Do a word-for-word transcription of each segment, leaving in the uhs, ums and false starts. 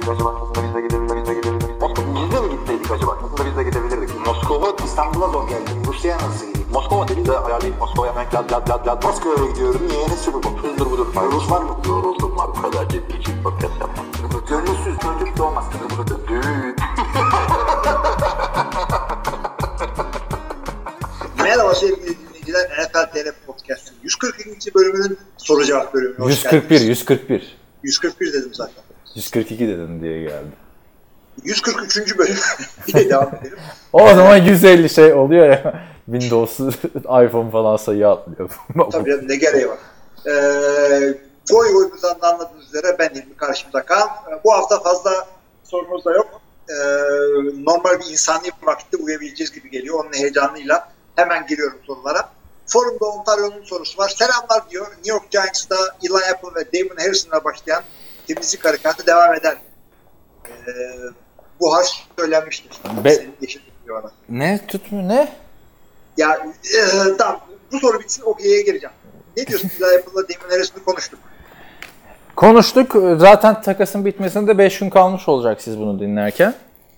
gidebilirdik acaba? Aslında biz de gidebilirdik. Biz de gidebilirdik. Biz de mi gitseydik acaba? Aslında biz de gidebilirdik. Moskova, İstanbul'a zor geldi. Rusya'ya nasıl gideyim? Moskova dedi de ayarlayıp Moskova'ya hemen lad lad lad lad. Moskova'ya gidiyorum. Niye? Ne Super Bowl? Hızdır budur. Rus var mı? Yoruldum var. Bu kadar ciddi için podcast yapmam. Gönülsüz çocuk doğmaz. Düğün. Merhaba sevgili dinleyiciler. N F L T R Podcast'ın yüz kırk ikinci bölümünün soru cevap bölümüne yüz kırk bir, yüz kırk bir. yüz kırk bir dedim zaten. yüz kırk iki dedim diye geldi. yüz kırk üçüncü bölüm diye devam edelim. O zaman yüz elli şey oluyor ya. Windows'u, iPhone falan sayı atlıyor. Tabii ya, ne gereği var. Ee, Goy goymuzdan da anladığınız üzere ben İlmi karşımda Kaan. Bu hafta fazla sorunuz da yok. Ee, normal bir insani vakitte uyuyabileceğiz gibi geliyor. Onun heyecanıyla hemen giriyorum sorulara. Forumda Ontario'nun sorusu var. Selamlar diyor. New York Giants'ta Eli Apple ve Damon Harrison'la başlayan temizlik harekatı devam eder. Ee, bu harç söylenmiştir. Be- Senin yeşil diyor bana. Ne? Tutmuyor ne? Ya e, tamam. Bu soru bitsin okey'e geleceğim. Ne diyorsun? Eli Apple'la Damon Harrison'ı konuştuk. Konuştuk. Zaten takasın bitmesine de beş gün kalmış olacak siz bunu dinlerken.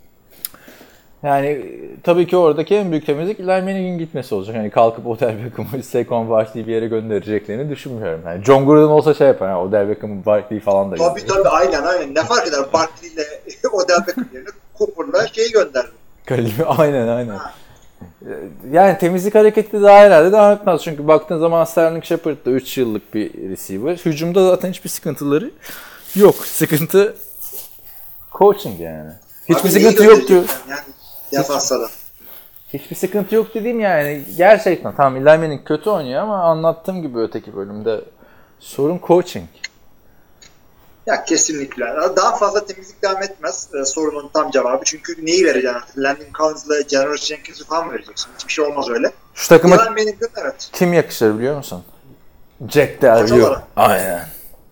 Yani tabii ki oradaki en büyük temizlik Eli Manning'in gitmesi olacak. Yani kalkıp Odell Beckham'ı Saquon Barkley'i bir yere göndereceklerini düşünmüyorum. Yani John Gruden olsa şey yapar. Yani Odell Beckham'ı Barkley'i falan da Tabii gönderir. tabii aynen aynen. Ne fark eder Barkley ile Odell Beckham yerine Cooper'la şeyi gönderdi. Aynen aynen. Ha. Yani temizlik hareketi daha herhalde devam etmez. Çünkü baktığın zaman Sterling Shepard da üç yıllık bir receiver. Hücumda zaten hiçbir sıkıntıları yok. Sıkıntı coaching yani. Hiçbir Abi sıkıntı yok diyor. Yani yaparsa da. Hiçbir sıkıntı yok dediğim yani gerçekten. Tamam Eli Manning kötü oynuyor ama anlattığım gibi öteki bölümde sorun coaching. Ya kesinlikle. Daha fazla temizlik devam etmez e, sorunun tam cevabı. Çünkü neyi vereceksin artık? Landon Collins'la Janoris Jenkins'i falan mı vereceksin? Hiçbir şey olmaz öyle. Şu takıma Eli Manning'den evet. kim yakışır biliyor musun? Jack Del Rio. Aynen.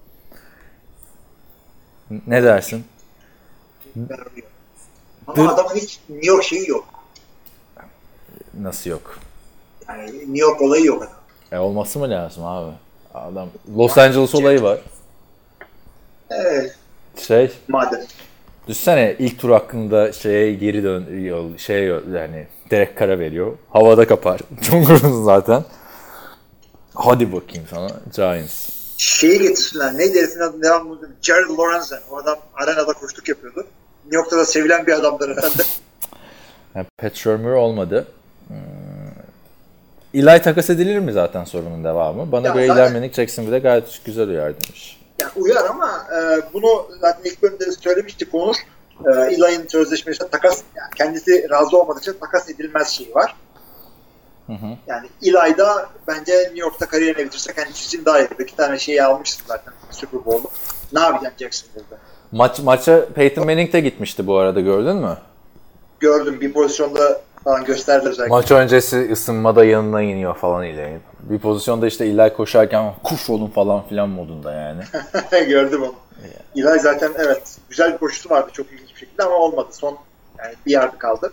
Ne dersin? Ama Dur. adamın hiç New York şeyi yok. Nasıl yok? Yani New York olayı yok adam. E olması mı lazım abi? Adam Los Angeles olayı var. Evet. Şey, Madem. düşünsene ilk tur hakkında şeye geri dön yol şey yani Derek Carr'a veriyor. Havada kapar. John Gruden zaten. Hadi bakayım sana Giants. Şeyi getirsinler. Neydi herifin adı devamlı? Jared Lorenzen. O adam arenada koştuk yapıyordu. New York'ta da sevilen bir adamdır herhalde. Yani Pat Shurmur olmadı. Hmm. Eli takas edilir mi zaten sorunun devamı? Bana Ya göre zaten... Eli Manning Jacksonville'de gayet güzel uyar demiş. Yani uyar ama e, bunu zaten ilk bölümde söylemiştik Onur. E, Eli'nin sözleşmesine takas, yani kendisi razı olmadığı için takas edilmez şeyi var. Hı hı. Yani Eli'da bence New York'ta kariyerini bitirse kendisi için daha iyi. İki tane şeyi almıştı zaten Super Bowl'u. Ne yapacaksın Jacksonville'da? Maç, maça Peyton Manning de gitmişti bu arada gördün mü? Gördüm bir pozisyonda falan gösterdiler özellikle. Maç öncesi ısınmada yanına iniyor falan ile. Bir pozisyonda işte Eli koşarken kuş olun falan filan modunda yani. Gördüm onu. Yeah. Eli zaten evet güzel bir koşusu vardı çok ilginç bir şekilde ama olmadı. Son yani bir yardı kaldı.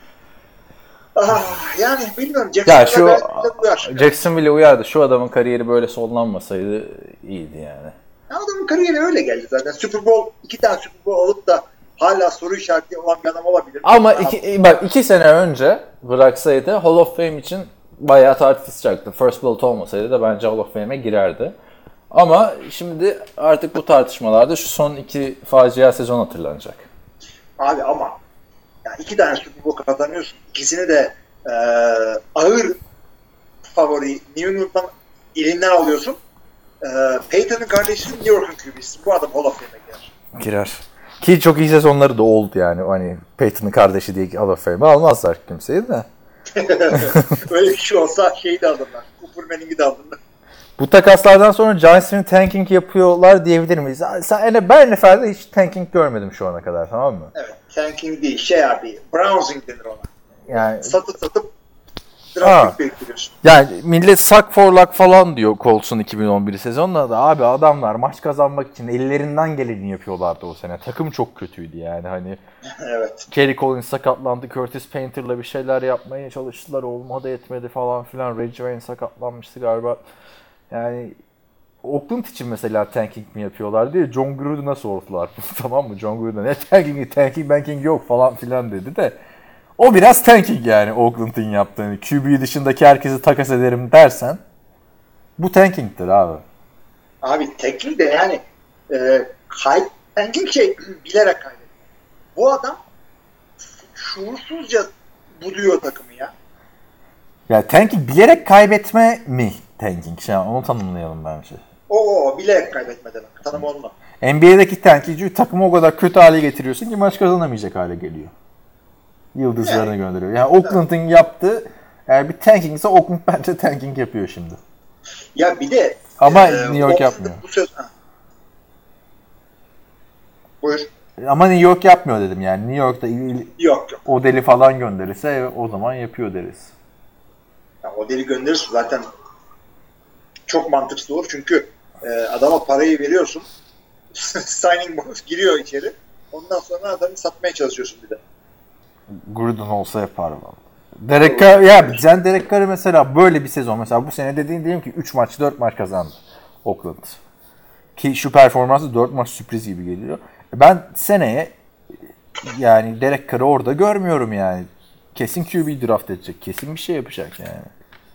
Ah, yani bilmiyorum Jacksonville'e ya şu uyar. Jacksonville'e uyardı. Şu adamın kariyeri böyle sonlanmasaydı iyiydi yani. Ya adamın kariyeri öyle geldi zaten. Super Bowl iki tane Super Bowl alıp da hala soru işareti olan bir adam olabilir. Ama iki, bak iki sene önce bıraksaydı Hall of Fame için bayağı tartışacaktı. First ballot olmasaydı da bence Hall of Fame'e girerdi. Ama şimdi artık bu tartışmalarda şu son iki facia sezon hatırlanacak. Abi ama yani iki tane Super Bowl kazanıyorsun. İkisini de e, ağır favori New England'dan elinden alıyorsun. E, Peyton'ın kardeşi New York'un Q B'si. Bu adam Hall of Fame'e girer. Girer. Ki çok iyi sezonları da oldu yani. Hani Peyton'ın kardeşi diye Hall of Fame'e almazlar kimseyi de. Öyle bir şey olsa şeyi de alırlar. Cooper Manning'i de alırlar. Bu takaslardan sonra Giants'ın tanking yapıyorlar diyebilir miyiz? Sen, ben N F L'de hiç tanking görmedim şu ana kadar, tamam mı? Evet, tanking değil, şey abi, browsing denir ona. Yani satıp satıp draft pick biriktiriyorsun. Yani millet suck for luck falan diyor Colts'un iki bin on bir sezonunda da abi adamlar maç kazanmak için ellerinden geleni yapıyorlardı o sene. Takım çok kötüydü yani hani. Evet. Kerry Collins sakatlandı, Curtis Painter'la bir şeyler yapmaya çalıştılar, olmadı etmedi falan filan. Reggie Wayne sakatlanmıştı galiba. Yani Oakland için mesela tanking mi yapıyorlar diye John Gruden'a sordular. Tamam mı? John Gruden ne tanking, tanking banking yok falan filan dedi de. O biraz tanking yani Oakland'ın yaptığını. Q B dışındaki herkesi takas ederim dersen bu tanking'tir abi. Abi tanking de yani e, kay, tanking şey bilerek kaybediyor. Bu adam şuursuzca buluyor takımı ya. Ya tanking bilerek kaybetme mi tanking? Şey, onu tanımlayalım bence. O o bilerek kaybetme demek. Tanım onunla. N B A'deki tankingci takımı o kadar kötü hale getiriyorsun ki maç kazanamayacak hale geliyor. Yıldızlarını yani gönderiyor. Yani Oakland'ın evet. yaptığı eğer bir tanking ise Oakland bence tanking yapıyor şimdi. Ya bir de ama e, New York yapmıyor. Bu söz... Buyur. Ama New York yapmıyor dedim yani. New York'ta yok, yok. Odell'i falan gönderirse o zaman yapıyor deriz. Ya Odell'i gönderirse zaten çok mantıksız olur çünkü e, adama parayı veriyorsun. Signing bonus giriyor içeri. Ondan sonra adamı satmaya çalışıyorsun bir de. Gruden olsa yapar vallahi. Derek Carr, ya sen Derek Carr'ı mesela böyle bir sezon mesela bu sene dediğin diyelim ki üç maç dört maç kazandı Oakland. Ki şu performansı dört maç sürpriz gibi geliyor. Ben seneye yani Derek Carr'ı orada görmüyorum yani. Kesin Q B draft edecek. Kesin bir şey yapacak yani.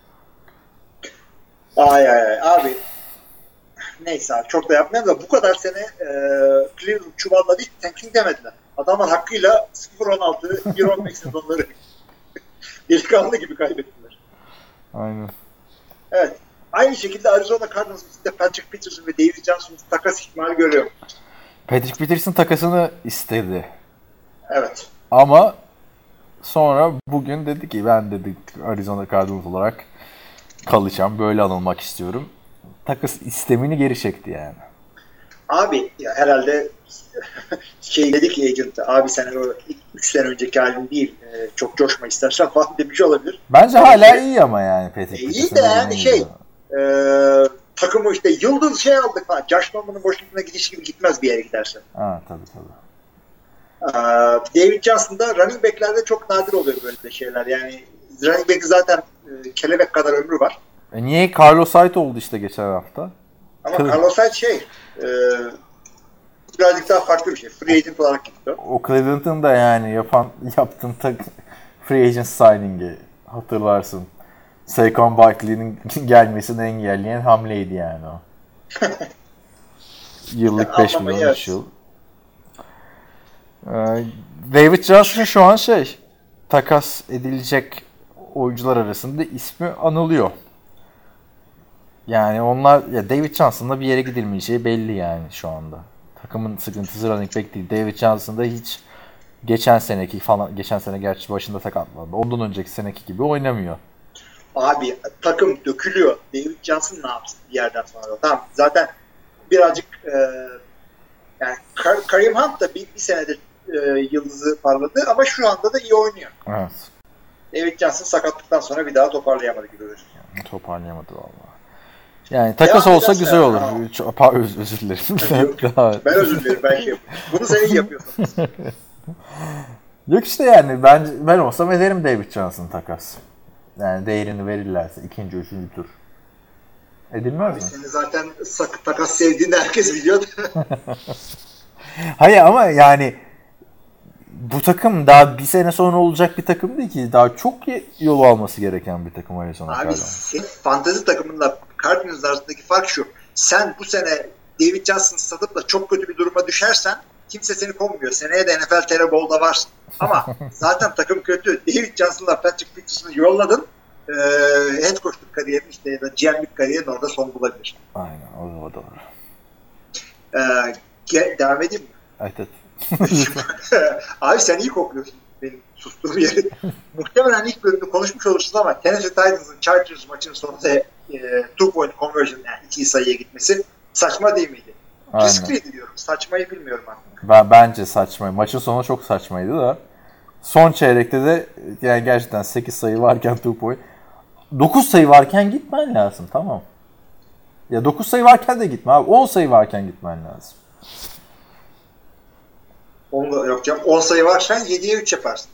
Ay ay ay abi. Neyse abi çok da yapmayalım da bu kadar sene e, Cleveland çuvalladı hiç tanking demediler. Adamlar hakkıyla sıfır on altı bir on beş sezonları delikanlı gibi kaybettiler. Aynen. Evet. Aynı şekilde Arizona Cardinals'da Patrick Peterson ve David Johnson'un takas ihtimali görüyorum. Patrick Peterson takasını istedi. Evet. Ama sonra bugün dedi ki ben dedi Arizona Cardinals olarak kalacağım. Böyle anılmak istiyorum. Takas istemini geri çekti yani. Abi ya herhalde şey dedi ki agent abi sen o üç sene önceki halin değil e, çok coşma istersen falan demiş olabilir. Bence hala iyi ama yani Patrick e, iyi de yani şey e, takımı işte yıldız şey aldık falan. Josh Norman'ın boşluğuna gidiş gibi gitmez bir yere gidersen. Ha tabii tabii. Ee, David Johnson'da running back'lerde çok nadir oluyor böyle şeyler. Yani running back zaten e, kelebek kadar ömrü var. E niye Carlos Hyde oldu işte geçen hafta? Ama Kıl- Carlos Hyde şey e, birazcık daha farklı bir şey. Free agent olarak gitti. O Cleveland'ın da yani yapan yaptığın tak free agent signing'i hatırlarsın. Saquon Barkley'nin gelmesini engelleyen hamleydi yani o. Yıllık beş milyon üç yıl. David Johnson şu an şey takas edilecek oyuncular arasında ismi anılıyor. Yani onlar ya David Johnson'la bir yere gidilmeyeceği belli yani şu anda. Takımın sıkıntısı running back değil. David Johnson'da hiç geçen seneki falan geçen sene gerçi başında sakatlandı. Ondan önceki seneki gibi oynamıyor. Abi takım dökülüyor. David Johnson ne yapsın bir yerden sonra? Tamam zaten birazcık e, yani Kar- Kareem Hunt da bir, bir senedir e, yıldızı parladı ama şu anda da iyi oynuyor. Evet. David Johnson sakatlıktan sonra bir daha toparlayamadı gibi gözüküyor. Yani toparlayamadı vallahi. Yani takas Devam olsa güzel olur. Çok, özür, özür dilerim. Ben özür dilerim. Ben şey Bunu sen iyi yapıyorsun. Yok işte yani ben ben olsam ederim David Johnson takas. Yani değerini verirlerse ikinci, üçüncü tur. Edilmez mi? Seni zaten sak- takas sevdiğini herkes biliyor. Hayır ama yani bu takım daha bir sene sonra olacak bir takım değil ki. Daha çok yol alması gereken bir takım Arizona Cardinals. Abi fantezi takımınla Cardinals arasındaki fark şu. Sen bu sene David Johnson'ı satıp da çok kötü bir duruma düşersen kimse seni kovmuyor. Seneye de N F L T R Bowl'da varsın. Ama zaten takım kötü. David Johnson'la Patrick Peterson'ı yolladın. Ee, head coachluk kariyerin işte ya da G M'lik kariyerin orada son bulabilir. Aynen o da doğru. Ee, gel, devam edeyim mi? Evet. evet. Abi sen iyi kokluyorsun benim sustuğum yeri. Muhtemelen ilk bölümde konuşmuş olursunuz ama Tennessee Titans'ın Chargers maçının sonunda e, two point conversion yani iki sayıya gitmesi saçma değil miydi? Aynen. Riskliydi diyorum. Saçmayı bilmiyorum artık. Ben, bence saçma. Maçın sonu çok saçmaydı da. Son çeyrekte de yani gerçekten sekiz sayı varken two point. dokuz sayı varken gitmen lazım tamam. Ya dokuz sayı varken de gitme abi. on sayı varken gitmen lazım. Onu yok canım. on sayı varken yediye üç yaparsın.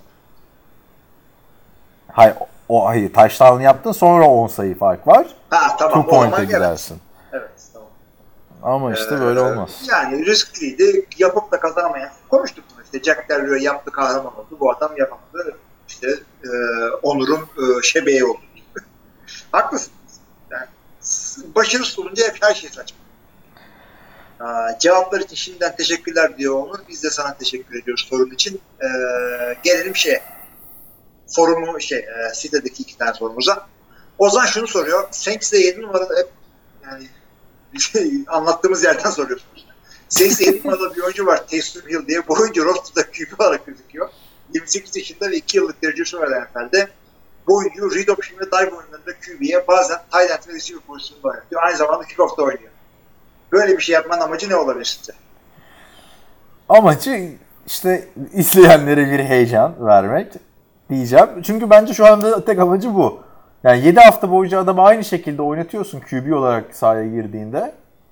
Hayır, o hayır touchdown yaptın sonra on sayı fark var. Ha tamam. two point'e gidersin. Evet. evet tamam. Ama işte böyle olmaz. Ee, yani riskliydi. Yapıp da kazanamayan. Konuştuk bunu işte. Jack Del Rio yaptı, kahraman oldu. Bu adam yapamadı. İşte e, Onur'un e, şebeği oldu. Haklısın. Yani, başarısız olunca hep her şey saçma. Aa, cevaplar için şimdiden teşekkürler diyor Onur. Biz de sana teşekkür ediyoruz sorun için. Ee, gelelim şeye. Forumu şey, e, sitedeki iki tane sorumuza. Ozan şunu soruyor. Saints'de yedi numarada hep yani şey, anlattığımız yerden soruyorsunuz. Saints'de yedi numarada bir oyuncu var. Taysom Hill diye. Bu oyuncu roster'da Q B olarak gözüküyor. yirmi sekiz yaşında ve iki yıllık derecesi var N F L'de. Bu oyuncu read option ve dive oyunlarında Q B'ye bazen tight end ve receiver pozisyonunda oynatıyor. Aynı zamanda kickoff'ta oynuyor. Böyle bir şey yapmanın amacı ne olabilir sizce? Amacı işte izleyenlere bir heyecan vermek diyeceğim. Çünkü bence şu anda tek amacı bu. Yani yedi hafta boyunca adamı aynı şekilde oynatıyorsun Q B olarak sahaya girdiğinde.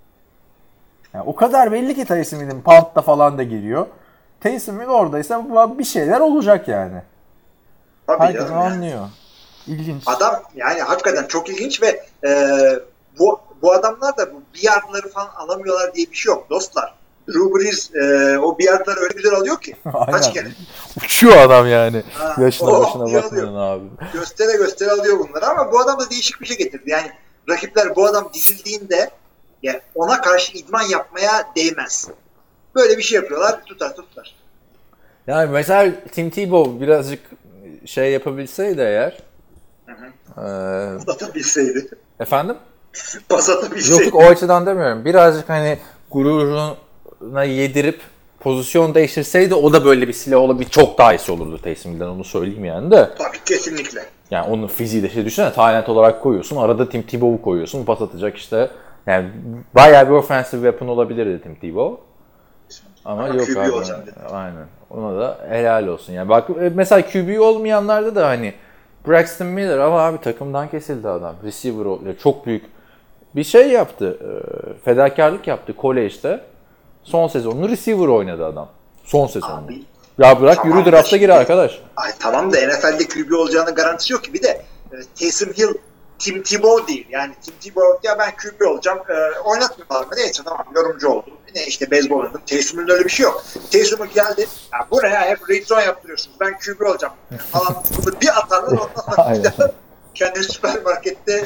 Yani o kadar belli ki Taysom Hill'in punt'ta falan da giriyor. Taysom Hill oradaysa bir şeyler olacak yani. Tabii herkes canım, anlıyor. Yani. İlginç. Adam yani hakikaten çok ilginç ve e, bu bu adamlar da bu biyardları falan alamıyorlar diye bir şey yok dostlar. Drew Brees e, o biyardları öyle güzel alıyor ki. Kaç kere? Uçuyor adam yani. Ha, Yaşına oh, başına bakmadan abi. Göstere göstere alıyor bunları ama bu adam da değişik bir şey getirdi. Yani rakipler bu adam dizildiğinde yani ona karşı idman yapmaya değmez. Böyle bir şey yapıyorlar. Tutar tutar. Yani mesela Tim Tebow birazcık şey yapabilseydi eğer. Hı hı. E, Pas atabilseydi. efendim? Pas atabilseydi. Yok o açıdan demiyorum. Birazcık hani gururuna yedirip pozisyon değiştirseydi o da böyle bir silah olabilir. Çok daha iyisi olurdu Taysom Hill'den, onu söyleyeyim yani de. Tabii kesinlikle. Yani onun fiziği de şey düşünsene, talent olarak koyuyorsun. Arada Tim Tebow'u koyuyorsun. Pas atacak işte. Yani bayağı bir offensive weapon olabilirdi Tim Tebow. Ama, Ama yok Q B abi. Aynen. Ona da helal olsun. Yani bak mesela Q B olmayanlarda da hani Braxton Miller ama abi takımdan kesildi adam. Receiver oluyor. Çok büyük bir şey yaptı. Fedakarlık yaptı kolejde. Son sezonunu receiver oynadı adam. Son sezonunu. Abi, ya bırak tamam yürü drafta gir arkadaş. Ay tamam da N F L'de Q B olacağının garantisi yok ki. Bir de e, Taysom Hill Tim Tebow değil. Yani Tim Tebow ya ben Q B olacağım. E, oynatmıyorlar mı? Neyse tamam yorumcu oldu. Ne işte beyzbol oynadım. Taysom Hill'in öyle bir şey yok. Taysom Hill geldi. Ya bu ne ya? Hep red zone yaptırıyorsunuz. Ben Q B olacağım falan. Bunu bir atarlar ondan sonra bir daha kendini süpermarkette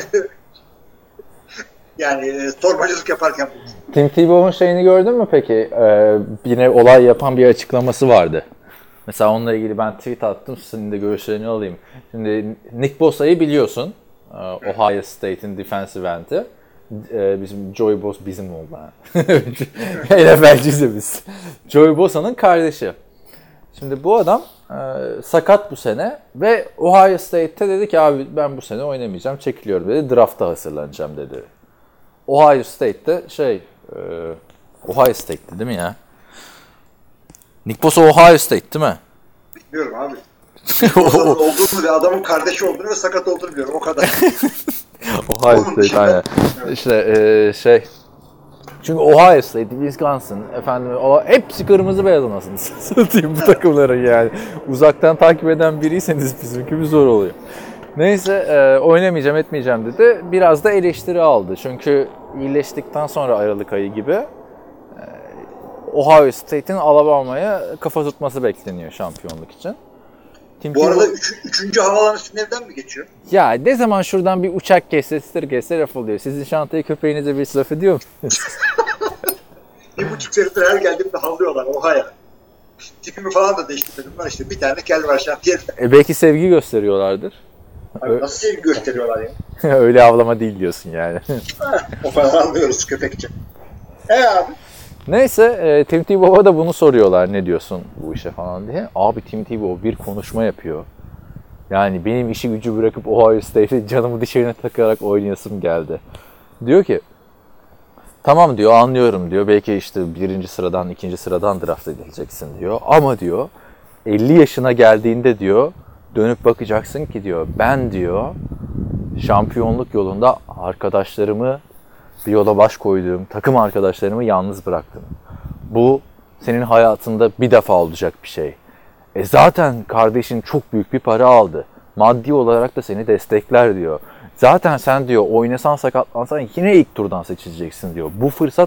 yani e, torbacılık yaparken bu. Tim Tebow'un şeyini gördün mü peki? Ee, yine olay yapan bir açıklaması vardı. Mesela onunla ilgili ben tweet attım. Senin de görüşlerini alayım. Şimdi Nick Bosa'yı biliyorsun. Ohio State'in defensive end'i. Ee, bizim Joey Bosa bizim oldu. N F L'ciyiz de biz. Joey Bosa'nın kardeşi. Şimdi bu adam e, sakat bu sene ve Ohio State'te dedi ki abi ben bu sene oynamayacağım, çekiliyorum dedi. Draft'a hazırlanacağım dedi. Ohio State'te şey e, Ohio State'ti değil mi ya? Nick Bosa Ohio State değil mi? Bilmiyorum abi. Bosa'nın olduğunu ve adamın kardeşi olduğunu ve sakat olduğunu biliyorum. O kadar. Ohio State aynen. İşte e, şey çünkü Ohio State, Wisconsin, efendim o hepsi kırmızı beyaz anasını satayım bu takımların yani. Uzaktan takip eden biriyseniz bizimki bir zor oluyor. Neyse e, oynamayacağım etmeyeceğim dedi. Biraz da eleştiri aldı. Çünkü iyileştikten sonra Aralık ayı gibi e, Ohio State'in Alabama'ya kafa tutması bekleniyor şampiyonluk için. Tim Bu arada Tebow... üç, üçüncü havalan üstünün evden mi geçiyor? Ya ne zaman şuradan bir uçak geçse, sır geçse laf oluyor. Sizin şantiye köpeğinize bir laf ediyor musunuz? Bir buçuk senedir her geldiğimde havlıyorlar. Oha ya. Tipimi falan da değiştirmedim. Var işte bir tane kel var şantiyede. E belki sevgi gösteriyorlardır. Abi nasıl sevgi gösteriyorlar ya? Öyle avlama değil diyorsun yani. O falan anlıyoruz köpekçe. E abi. Neyse e, Tim Tebow'a da bunu soruyorlar ne diyorsun bu işe falan diye. Abi Tim Tebow bir konuşma yapıyor. Yani benim işi gücü bırakıp Ohio State'e canımı dışarına takarak oynayasım geldi. Diyor ki tamam diyor anlıyorum diyor. Belki işte birinci sıradan ikinci sıradan draft edileceksin diyor. Ama diyor elli yaşına geldiğinde diyor dönüp bakacaksın ki diyor ben diyor şampiyonluk yolunda arkadaşlarımı bir yola baş koyduğum takım arkadaşlarımı yalnız bıraktım. Bu senin hayatında bir defa olacak bir şey. E zaten kardeşin çok büyük bir para aldı. Maddi olarak da seni destekler diyor. Zaten sen diyor oynasan sakatlansan yine ilk turdan seçileceksin diyor. Bu fırsat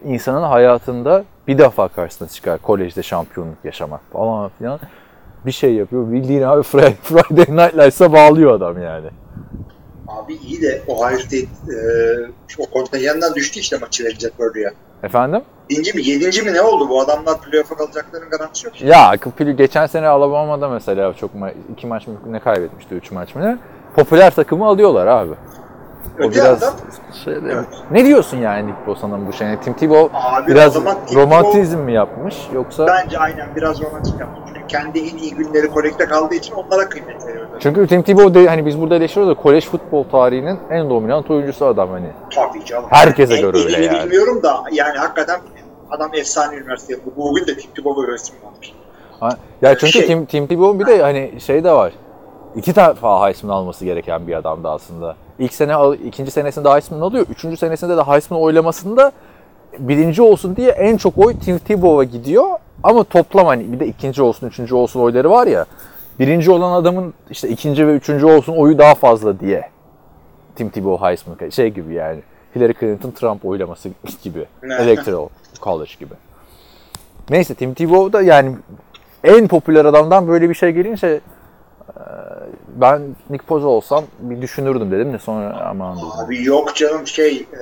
insanın hayatında bir defa karşısına çıkar kolejde şampiyonluk yaşamak falan filan. Bir şey yapıyor. Bildiğin abi Friday, Friday Night Lights'a bağlıyor adam yani. Abi iyi de Ohio State e, o kontenjandan düştü işte maçı verecek Purdue'ya. Efendim? Yedinci mi? Yedinci mi ne oldu? Bu adamlar playoff'a kalacaklarının garantisi yok. Ya geçen sene Alabama'da mesela çok ma- iki maç mı ne kaybetmişti, üç maç mı ne? Popüler takımı alıyorlar abi. O Öte biraz yandan, şey, evet. Ne diyorsun yani Nick Bosa'nın bu şeyine? Tim Tebow Abi biraz o zaman Tim romantizm mi yapmış yoksa? bence aynen biraz romantik yaptı. Çünkü kendi en iyi günleri kolekte kaldığı için onlara kıymet veriyor. Çünkü Tim Tebow de, hani biz burada eleştiriyoruz da kolej futbol tarihinin en dominant oyuncusu adam hani. Tabii canım. Herkese en göre öyle yani. Bilmiyorum da yani hakikaten adam efsane üniversite. Bugün de Tim Tebow'a resmi varmış. Ha, ya çünkü Şey- Tim, Tim Tebow bir de hani şey de var. İki defa Heisman alması gereken bir adamdı aslında. İlk sene, ikinci senesinde Heisman alıyor. Üçüncü senesinde de Heisman oylamasında birinci olsun diye en çok oy Tim Tebow'a gidiyor. Ama toplam hani bir de ikinci olsun, üçüncü olsun oyları var ya. Birinci olan adamın işte ikinci ve üçüncü olsun oyu daha fazla diye. Tim Tebow Heisman şey gibi yani. Hillary Clinton Trump oylaması gibi. Electoral College gibi. Neyse Tim Tebow da yani en popüler adamdan böyle bir şey gelince ben Nick Bosa olsam bir düşünürdüm dedim de sonra aman dedim. Abi yok canım şey e,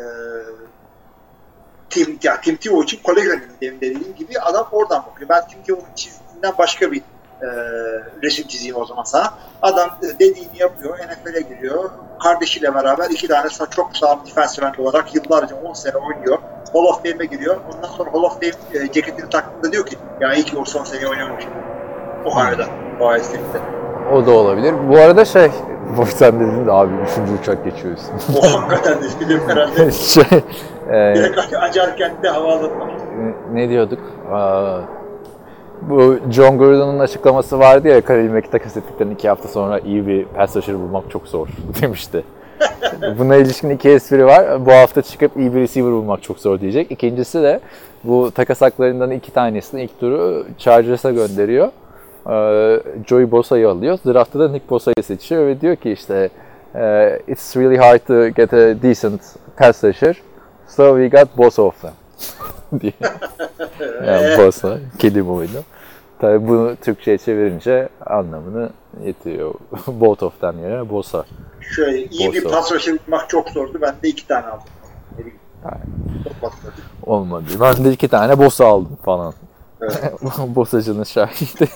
Tim, ya, Tim Tebow için kolej demin dediğim gibi adam oradan bakıyor. Ben Tim Tebow'un çizdiğinden başka bir e, resim çizeyim o zaman sana. Adam dediğini yapıyor, N F L'e giriyor. Kardeşiyle beraber iki tane çok sağlam defensive end olarak yıllarca on sene oynuyor. Hall of Fame'e giriyor. Ondan sonra Hall of Fame e, ceketini taktığında diyor ki ya iyi ki o son sene oynamamış. O halde. O halde. O da olabilir. Bu arada şey, boş sen dedin de abi üçüncü uçak geçiyor üstüne. O hakikaten de dedim herhalde. şey, e, Direkt Acarkent'te havaalanı. ne diyorduk? Aa, bu John Gordon'un açıklaması vardı ya, Khalil Mack'i takas ettikten iki hafta sonra iyi bir pass rusher bulmak çok zor demişti. Buna ilişkin iki espri var. Bu hafta çıkıp iyi bir receiver bulmak çok zor diyecek. İkincisi de bu takas haklarından iki tanesini ilk turu Chargers'a gönderiyor. Joey Bosa'yı alıyor. Draft'ta da Nick Bosa'yı seçiyor ve diyor ki işte it's really hard to get a decent pass rusher. So we got both of them. diye. Yani Bosa, kedi boylu. Tabii bunu Türkçe'ye çevirince anlamını yetiyor. Both of them yerine Bosa. Şöyle iyi Bosa. bir pas rusher bulmak çok zordu. Ben de iki tane aldım. Olmadı. Ben de iki tane Bosa aldım falan. Evet. Bosacının şahidi.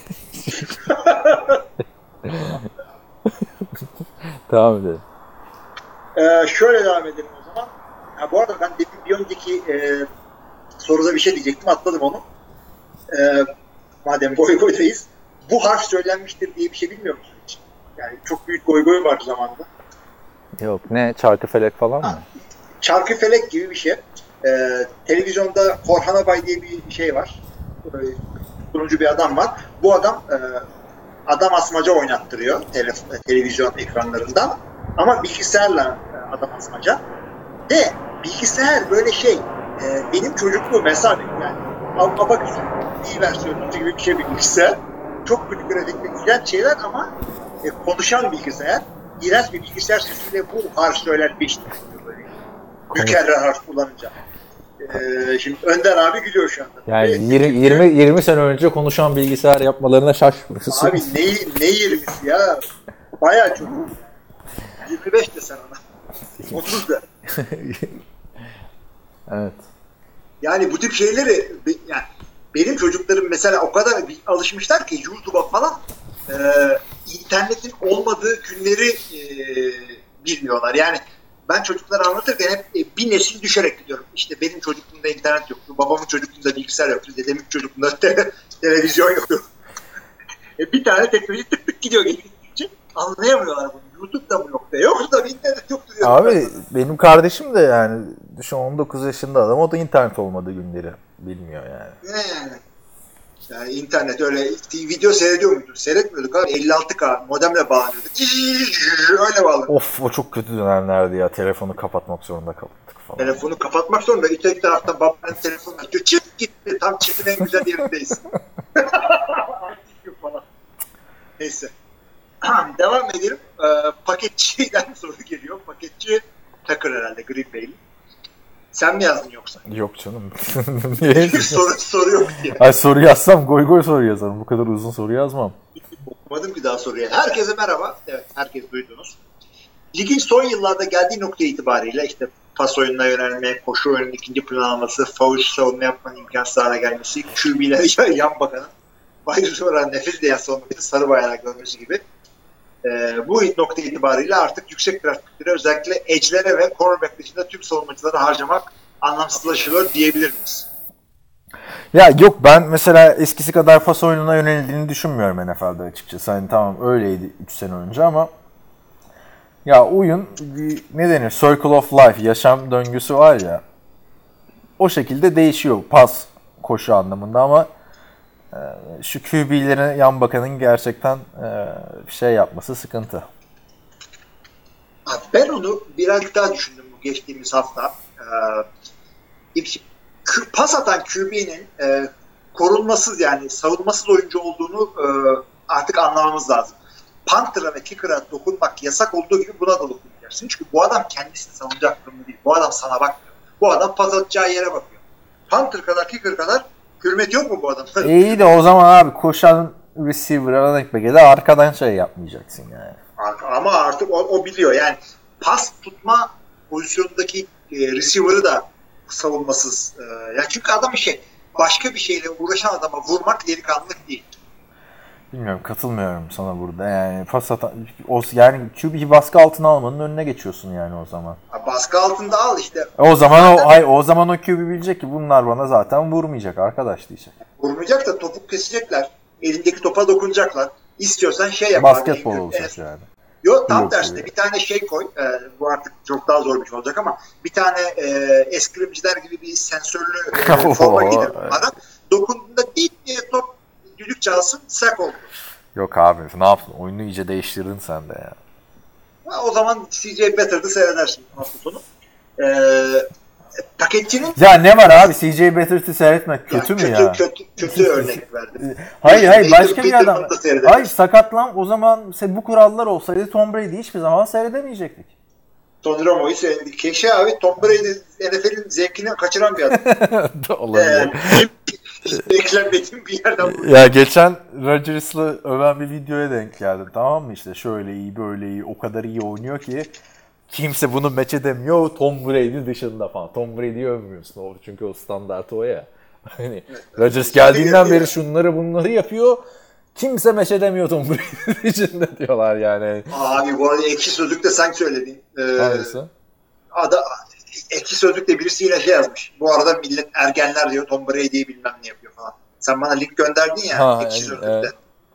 Tamam edelim. Ee, şöyle devam edelim o zaman. Ha, bu arada ben demin bir önceki e, soruda bir şey diyecektim. Atladım onu. E, madem goy goydayız. Bu harf söylenmiştir diye bir şey bilmiyor musun hiç? Yani çok büyük goy goy var zamanında. Yok ne? Çarkıfelek falan mı? Ha, Çarkıfelek gibi bir şey. E, televizyonda Korhan Abay diye bir şey var. Sunucu bir adam var. Bu adam e, adam asmaca oynattırıyor tele- televizyon ekranlarından. Ama bilgisayarla e, adam asmaca. Ve bilgisayar böyle şey e, benim çocukluğum mesela yani Abaküs'ün iyi versiyonu gibi bir şey bir bilgisayar. Çok kötü grafikli güzel şeyler ama e, konuşan bilgisayar. İğrenç bir bilgisayar sesiyle bu harf söylenmiştir. Mükerrer harf kullanınca. Ee, şimdi Önder abi gülüyor şu anda. Yani Evet, yirmi, yirmi, yirmi sene önce konuşan bilgisayar yapmalarına şaşmıyorsun. Abi ne, ne yirmisi ya? Bayağı çok. yirmi beş de sen ona. otuz da. Evet. Yani bu tip şeyleri yani benim çocuklarım mesela o kadar bir alışmışlar ki YouTube'a falan e, internetin olmadığı günleri e, bilmiyorlar. Yani ben çocuklara anlatırken hep e, bir nesil düşerek gidiyorum. İşte benim çocukluğumda internet yoktu, babamın çocukluğunda bilgisayar yoktu, dedemin çocukluğunda te- televizyon yoktu. e, bir tane teknoloji tık tık gidiyor geliştikçe anlayamıyorlar bunu. YouTube'da mı yoktu? Yoktu da internet yoktu diyor. Abi benim kardeşim de yani düşün on dokuz yaşında adam, o da internet olmadığı günleri bilmiyor yani. Ne yani? Yani internet öyle video seyrediyor muyduk? Seyretmiyorduk abi. elli altı K modemle bağlanıyorduk. Öyle bağlanıyorduk. Of o çok kötü dönemlerdi ya. Telefonu kapatmak zorunda kaldık falan. Telefonu kapatmak zorunda. İki taraftan babanın telefonu açıyor. Çık gitti. Tam çiftin en güzel yerindeyiz. falan. Neyse. Devam edelim. Ee, paketçiden soru geliyor. Paketçi Tucker herhalde. Green Bay'li. Sen mi yazdın yoksa? Yok canım. soru, soru yok diye. Ay soru yazsam goy goy soru yazarım. Bu kadar uzun soru yazmam. Okumadım ki daha soruya. Herkese merhaba. Evet, herkes duydunuz. Ligin son yıllarda geldiği nokta itibariyle işte pas oyununa yönelme, koşu oyunun ikinci plan alması, faul savunma yapmanın imkansız hale gelmesi, Q B'ler yan bakanın Bayır oran nefes diye savunması sarı bayrağı görmesi gibi. Ee, bu nokta itibariyle artık yüksek grafiklere özellikle edge'lere ve cornerback dışında tüm savunmacıları harcamak anlamsızlaşıyor diyebilir miyiz? Ya yok ben mesela eskisi kadar pas oyununa yöneldiğini düşünmüyorum N F L'de açıkçası. Hani tamam öyleydi üç sene önce ama ya oyun ne denir? Circle of Life, yaşam döngüsü var ya. O şekilde değişiyor pas koşu anlamında ama e, şu Q B'lerin yan bakanın gerçekten e, bir şey yapması sıkıntı. Abi ben onu birazcık daha düşündüm bu geçtiğimiz hafta. Ee, pas atan Q B'nin e, korunmasız yani savunmasız oyuncu olduğunu e, artık anlamamız lazım. Panther'a ve Kicker'a dokunmak yasak olduğu gibi buna da dokunmayacaksın. Çünkü bu adam kendisini savunacak durumda değil. Bu adam sana bakmıyor. Bu adam pas atacağı yere bakıyor. Panther kadar, Kicker kadar hürmet yok mu bu adamın? İyi de o zaman abi koşan receiver'a running back'e de arkadan şey yapmayacaksın yani. Ama artık o, o biliyor. Yani pas tutma pozisyonundaki e, receiver'ı da savunmasız. E, ya çünkü adam bir şey başka bir şeyle uğraşan adama vurmak delikanlılık değil. Bilmiyorum, katılmıyorum sana burada. Yani pas atan, o yani Q B'yi baskı altına almanın önüne geçiyorsun yani o zaman. Ha, baskı altında al işte. O zaman o ay o zaman o Q B bilecek ki bunlar bana zaten vurmayacak arkadaş diyecek. Vurmayacak da topu kesecekler. Elindeki topa dokunacaklar. İstiyorsan şey yap. Basketbol abi, olacak en, yani. Yok tam Yok tersine bir tane şey koy. E, bu artık çok daha zor bir şey olacak ama bir tane e, eskrimciler gibi bir sensörlü e, forma giydir bunlara. Dokunduğunda değil diye top düdük çalsın, sak oldu. Yok abi ne yaptın? Oyunu iyice değiştirdin sen de ya. Ha, o zaman C J Beathard'ı seyredersin hafta sonu. Ee, paketçinin... Ya ne var abi C J Beathard'ı seyretmek kötü mü kötü, ya? Kötü, kötü örnek verdim. Hayır hayır başka bir adam. Hayır Hayır sakatlan o zaman bu kurallar olsaydı Tom Brady'yi hiçbir zaman seyredemeyecektik. Tony Romo'yu seyredik. Keşke abi Tom Brady N F L'in zevkini kaçıran bir adam. Olabilir. Ee, beklenmediğim bir yerden bu. Ya geçen Rodgers'lı öven bir videoya denk geldim, tamam mı? İşte şöyle iyi böyle iyi o kadar iyi oynuyor ki kimse bunu match edemiyor Tom Brady dışında falan. Tom Brady'yi övmüyorsun o çünkü o standartı o ya. Hani evet, Rodgers geldiğinden beri şunları bunları yapıyor. Kimse match edemiyor Tom Brady dışında diyorlar yani. Abi bu arada ekşi sözlükte sen söyledin. Ee, Hangisi? Ada, ekşi sözlükte birisi yine şey yazmış. Bu arada millet ergenler diyor Tom Brady'yi bilmem ne yapıyor falan. Sen bana link gönderdin ya ha, ekşi sözlükte. Evet.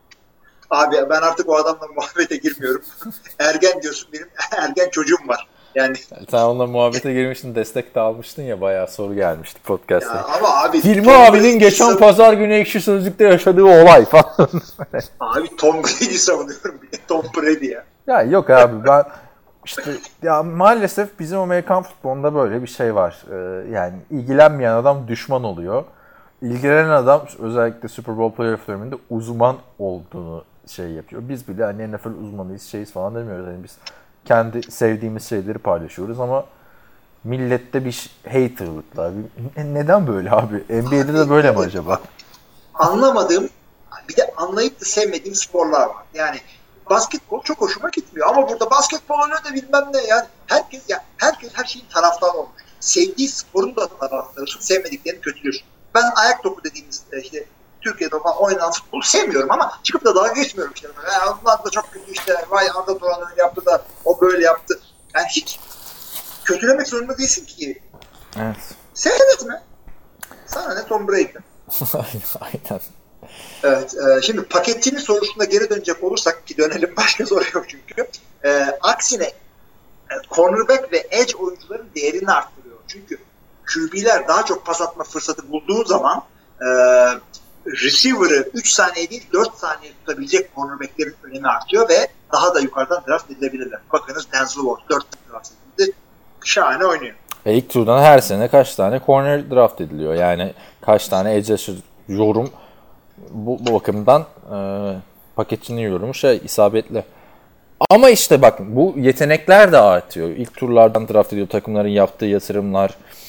Abi ben artık o adamla muhabbete girmiyorum. Ergen diyorsun, benim ergen çocuğum var. Yani sen onunla muhabbete girmiştin, destek de almıştın ya, bayağı soru gelmişti podcast'ta. Ya ama abi Hilmi abinin geçen sav- pazar günü ekşi sözlükte yaşadığı olay falan. Abi Tom Brady savunuyorum. Tom Brady ya. Ya yok abi ben işte ya maalesef bizim Amerikan futbolunda böyle bir şey var. Ee, yani ilgilenmeyen adam düşman oluyor. İlgilenen adam özellikle Super Bowl playoff döneminde uzman olduğunu şey yapıyor. Biz bile hani N F L uzmanıyız, şeyiz falan demiyoruz. Yani biz kendi sevdiğimiz şeyleri paylaşıyoruz ama millette bir haterlıklar. Neden böyle abi? N B A'de de böyle mi acaba? Anlamadığım, bir de anlayıp da sevmediğim sporlar var. Yani basketbol çok hoşuma gitmiyor ama burada basketbol oynuyor da bilmem ne yani. Herkes ya herkes her şeyin taraftarı olmuş. Sevdiği sporun da taraftarı, sevmediklerini kötülüyor. Ben ayak topu dediğimiz işte Türkiye'de oynanan futbolu sevmiyorum ama çıkıp da dalga geçmiyorum işte. Yani onlar da çok kötü işte. Vay Arda Turan öyle yaptı da o böyle yaptı. Yani hiç kötülemek zorunda değilsin ki. Evet. Seyretme. Sana ne Tom Brady. Aynen. Evet. E, şimdi paketçinin sorusuna geri dönecek olursak ki dönelim, başka soru yok çünkü. E, aksine e, cornerback ve edge oyuncuların değerini arttırıyor. Çünkü Q B'ler daha çok pas atma fırsatı bulduğu zaman e, receiver'ı üç saniye değil dört saniye tutabilecek cornerback'lerin önemi artıyor ve daha da yukarıdan draft edilebilirler. Bakınız Denzel Ward dört draft edildi. Şahane oynuyor. E ilk turdan her sene kaç tane corner draft ediliyor. Yani kaç tane edge yorum bu, bu bakımdan e, paketçinin yorumu şey isabetli. Ama işte bak bu yetenekler de artıyor. İlk turlardan draft ediyor takımların yaptığı yatırımlar.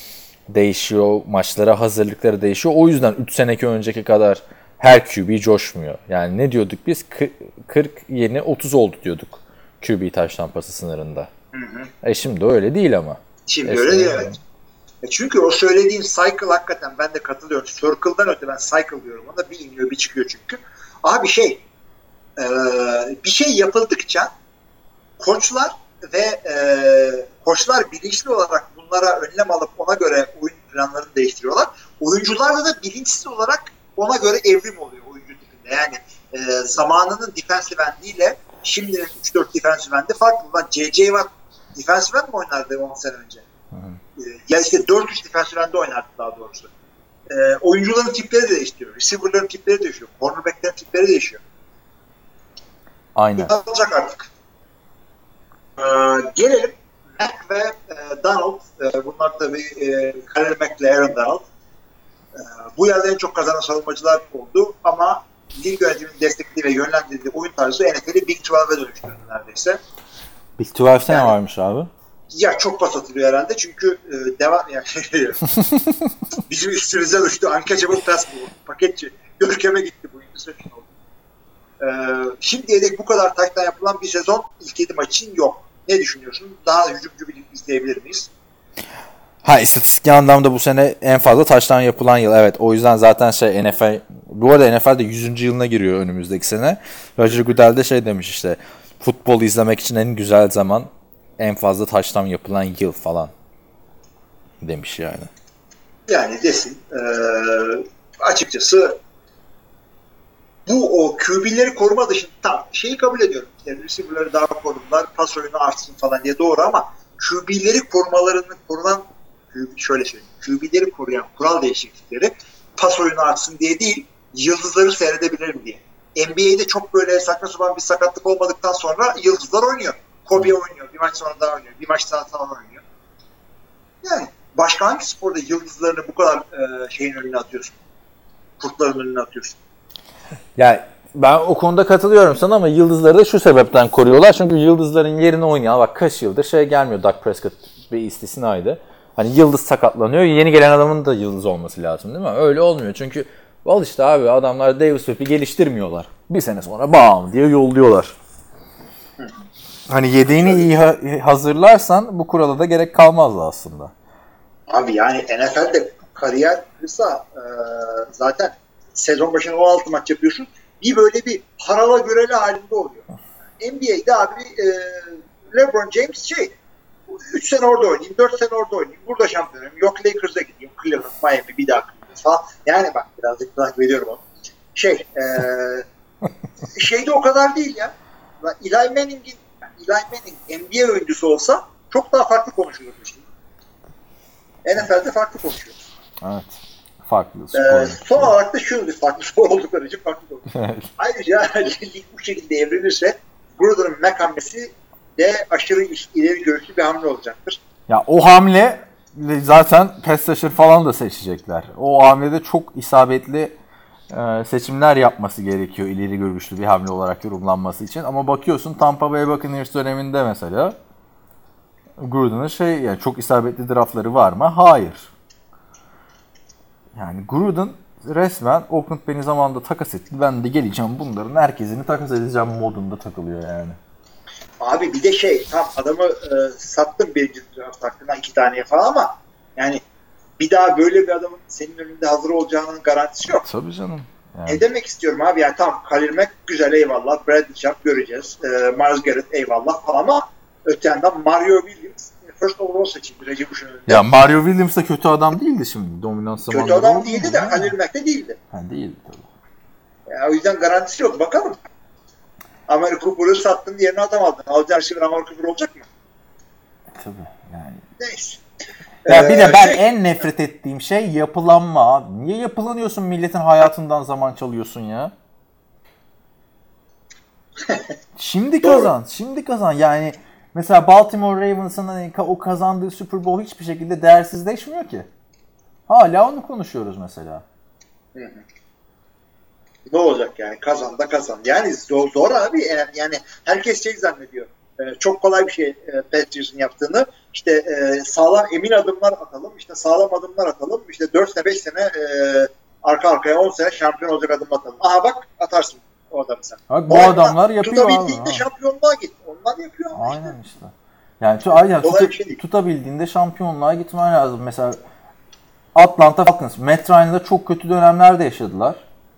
değişiyor, maçlara hazırlıkları değişiyor. O yüzden üç seneki önceki kadar her Q B coşmuyor. Yani ne diyorduk biz? kırk yerine otuz oldu diyorduk Q B taş tampası sınırında. Hı hı. E şimdi öyle değil ama. Şimdi Eskiden öyle değil evet. E çünkü o söylediğin cycle hakikaten ben de katılıyorum. Circle'dan öte ben cycle diyorum. Ona bir iniyor bir çıkıyor çünkü. Abi şey e, bir şey yapıldıkça koçlar ve e, koçlar bilinçli olarak bunlara önlem alıp ona göre oyun planlarını değiştiriyorlar. Oyuncularda da bilinçsiz olarak ona göre evrim oluyor oyuncu tipinde. Yani e, zamanının defensive endiyle şimdinin üç dört defensive endi farklı. Lan C C var defensive end mi oynardı on sene önce? Hı hı. E, ya işte dört üç defensive endi oynardı daha doğrusu. E, oyuncuların tipleri de değişiyor. Receiver'ların tipleri değişiyor. Cornerback'lerin tipleri değişiyor. Aynen. Ne olacak artık? Ee, gelelim Mac ve e, Donald. E, bunlar tabii e, Khalil Mack ile Aaron Donald. E, bu yerde en çok kazanan savunmacılar oldu ama lig yönetiminin desteklediği ve yönlendirdiği oyun tarzı N F L'i Big on iki'ye dönüştürdü neredeyse. Big on iki'de yani, ne varmış abi? Ya çok pas atılıyor herhalde çünkü e, devam yani bizim üstümüze düştü. Uncatchable pass bu. Paketçi. Görkem'e gitti bu. İnterception oldu. Ee, şimdiye dek bu kadar taştan yapılan bir sezon ilk yedi maç için yok. Ne düşünüyorsun? Daha hücumcu bir lig izleyebilir miyiz? Ha istatistik anlamda bu sene en fazla taştan yapılan yıl. Evet o yüzden zaten şey N F L bu arada N F L'de yüzüncü yılına giriyor önümüzdeki sene. Roger Goodell de şey demiş işte futbol izlemek için en güzel zaman en fazla taştan yapılan yıl falan demiş yani. Yani desin. Ee, açıkçası bu o Q B'leri koruma dışında tam şeyi kabul ediyorum. Yani receiver'ları daha korudular, pas oyunu artsın falan diye doğru ama Q B'leri korumalarını korunan şöyle söyleyeyim. Q B'leri koruyan kural değişiklikleri pas oyunu artsın diye değil, yıldızları seyredebilirim diye. N B A'de çok böyle saçma sapan bir sakatlık olmadıktan sonra yıldızlar oynuyor. Kobe oynuyor. Bir maç sonra daha oynuyor. Bir maç daha sonra oynuyor. Yani başka hangi sporda yıldızlarını bu kadar e, şeyin önüne atıyorsun? Kurtların önüne atıyorsun? Yani ben o konuda katılıyorum sana ama yıldızları da şu sebepten koruyorlar. Çünkü yıldızların yerine oynayan bak kaç yıldır şey gelmiyor. Dak Prescott bir istisnaydı. Hani yıldız sakatlanıyor. Yeni gelen adamın da yıldız olması lazım değil mi? Öyle olmuyor. Çünkü al işte abi adamlar Davis Web'i geliştirmiyorlar. Bir sene sonra bam diye yolluyorlar. Hani yedeğini iyi ha- hazırlarsan bu kurala da gerek kalmazdı aslında. Abi yani N F L'de kariyer kısa e, zaten sezon başına on altı maç yapıyorsun. Bir böyle bir harala güreli halinde oluyor. N B A'de abi e, LeBron James şey üç sene orada oynayayım, dört sene orada oynayayım. Burada şampiyonum. Yok Lakers'a gideyim. Cleveland, Miami bir daha Cleveland falan. Yani bak birazcık takip ediyorum onu. Şey e, şeyde o kadar değil ya. Eli Manning'in Eli Manning N B A oyuncusu olsa çok daha farklı konuşulurdu şimdi. N F L'de farklı konuşuyor. Evet. Farklı spor. Ee, son olarak da şunu bir farklı spor oldukları için farklı konuşuyor. Ayrıca lig bu şekilde evrilirse Gruden'ın Mac hamlesi de aşırı ileri görüşlü bir hamle olacaktır. Ya o hamle zaten pass rusher falan da seçecekler. O hamlede çok isabetli e, seçimler yapması gerekiyor ileri görüşlü bir hamle olarak yorumlanması için. Ama bakıyorsun Tampa Bay Buccaneers döneminde mesela Gruden'ın şey yani çok isabetli draftları var mı? Hayır. Yani Gruden resmen Oakland beni zamanında takas etti. Ben de geleceğim bunların herkesini takas edeceğim modunda takılıyor yani. Abi bir de şey tam adamı e, sattım birinci draft hakkında iki taneye falan ama yani bir daha böyle bir adamın senin önünde hazır olacağının garantisi yok. Tabii canım. Yani. Ne demek istiyorum abi yani tamam Khalil Mack güzel eyvallah. Bradley Chubb göreceğiz. E, Myles Garrett eyvallah falan ama öte yandan Mario Williams first overall seçildi Recep Bush'un önünde. Ya Mario Williams da kötü adam değildi şimdi. Dominant zamanında. Kötü adam değildi de Khalil Mack de değildi. Ha değildi tabii. Ya, o yüzden garantisi yok. Bakalım. Amari Cooper'ı sattın yerine adam aldın. Alacağın şimdi Amari Cooper olacak mı? Tabii yani. Neyse. Ya bir de ben şey, en nefret ettiğim şey yapılanma abi. Niye yapılanıyorsun milletin hayatından zaman çalıyorsun ya? Şimdi kazan. Şimdi kazan. Yani mesela Baltimore Ravens'ın hani o kazandığı Super Bowl hiçbir şekilde değersizleşmiyor ki. Hala onu konuşuyoruz mesela. Hı hı. Ne olacak yani? Kazan da kazan. Yani zor, zor abi. Yani herkes şey zannediyor. E, çok kolay bir şey e, Patriots'ın yaptığını. İşte e, sağlam emin adımlar atalım, işte sağlam adımlar atalım, işte dört sene beş sene e, arka arkaya on sene şampiyon olacak adım atalım. Aha bak atarsın o adamı sen. Bak, bu adamlar yapıyor abi. Tutabildiğinde şampiyonluğa git. Onlar yapıyor ama Aynen işte. işte. Yani, tu- aynen, Kolay tuta- bir şey değil. tutabildiğinde şampiyonluğa gitmen lazım. Mesela Atlanta Falcons, Matt Ryan'la çok kötü dönemlerde yaşadılar.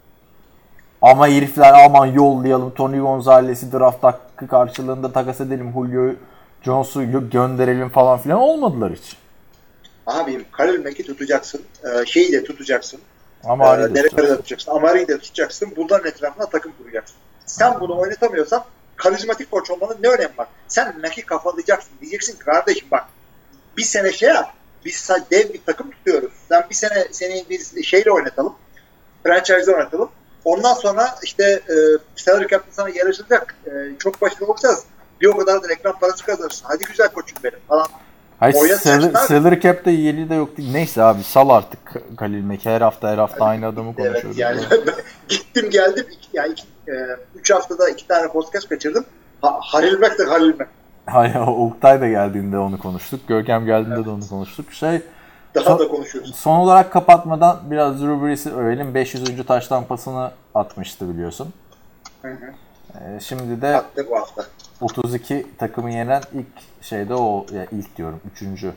Ama herifler aman yollayalım, Tony Gonzalez'i draft hakkı karşılığında takas edelim, Julio Jones'u gö- gönderelim falan filan olmadılar hiç. Abim Khalil Mack'i tutacaksın. E, şeyi de tutacaksın. Ama e, Derekleri de tutacaksın. Amari'yi de tutacaksın. Bunların etrafına takım kuracaksın. Sen bunu oynatamıyorsan karizmatik koç olmanın ne önemi var? Sen Mack'i kafalayacaksın. Diyeceksin ki kardeşim bak bir sene şey yap. Biz dev bir takım tutuyoruz. Sen bir sene seni biz şeyle oynatalım. Franchise'de oynatalım. Ondan sonra işte e, salary cap'ta sana yarışacak. E, çok başarılı olacağız. Bir o kadar da reklam parası kazanırsın. Hadi güzel koçum benim falan. Hayır, Oynatacaksın salary, abi. salary cap'te yeri de yok değil. Neyse abi, sal artık Khalil Mack'i. Her hafta her hafta aynı adamı Evet konuşuyoruz. yani gittim geldim. İki, yani iki, e, üç haftada iki tane podcast kaçırdım. Ha, Halil Mack de Halil Mack. Hayır, Oktay da geldiğinde onu konuştuk. Görkem geldiğinde evet. de onu konuştuk. Şey, Daha son, da konuşuyoruz. Son olarak kapatmadan biraz Drew Brees'i övelim. beş yüzüncü taş tampasını atmıştı biliyorsun. Hı hı. Ee, şimdi de Attı bu hafta. otuz iki takımı yenen ilk şeyde o, ya ilk diyorum, üçüncü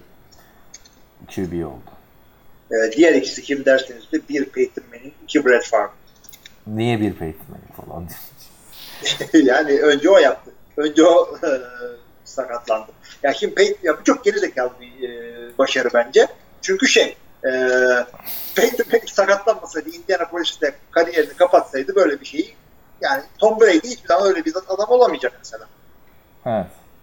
Q B oldu. Ee, diğer ikisi kim derseniz de bir Peyton Manning, iki Brett Favre. Niye bir Peyton Manning falan? Yani önce o yaptı. Önce o e, sakatlandı. Ya şimdi Peyton, ya bu çok gerizekalı bir e, başarı bence. Çünkü şey e, Peyton Manning sakatlanmasaydı, Indianapolis'te kariyerini kapatsaydı böyle bir şeyi, yani Tom Brady hiçbir zaman öyle bir adam olamayacak mesela. Evet.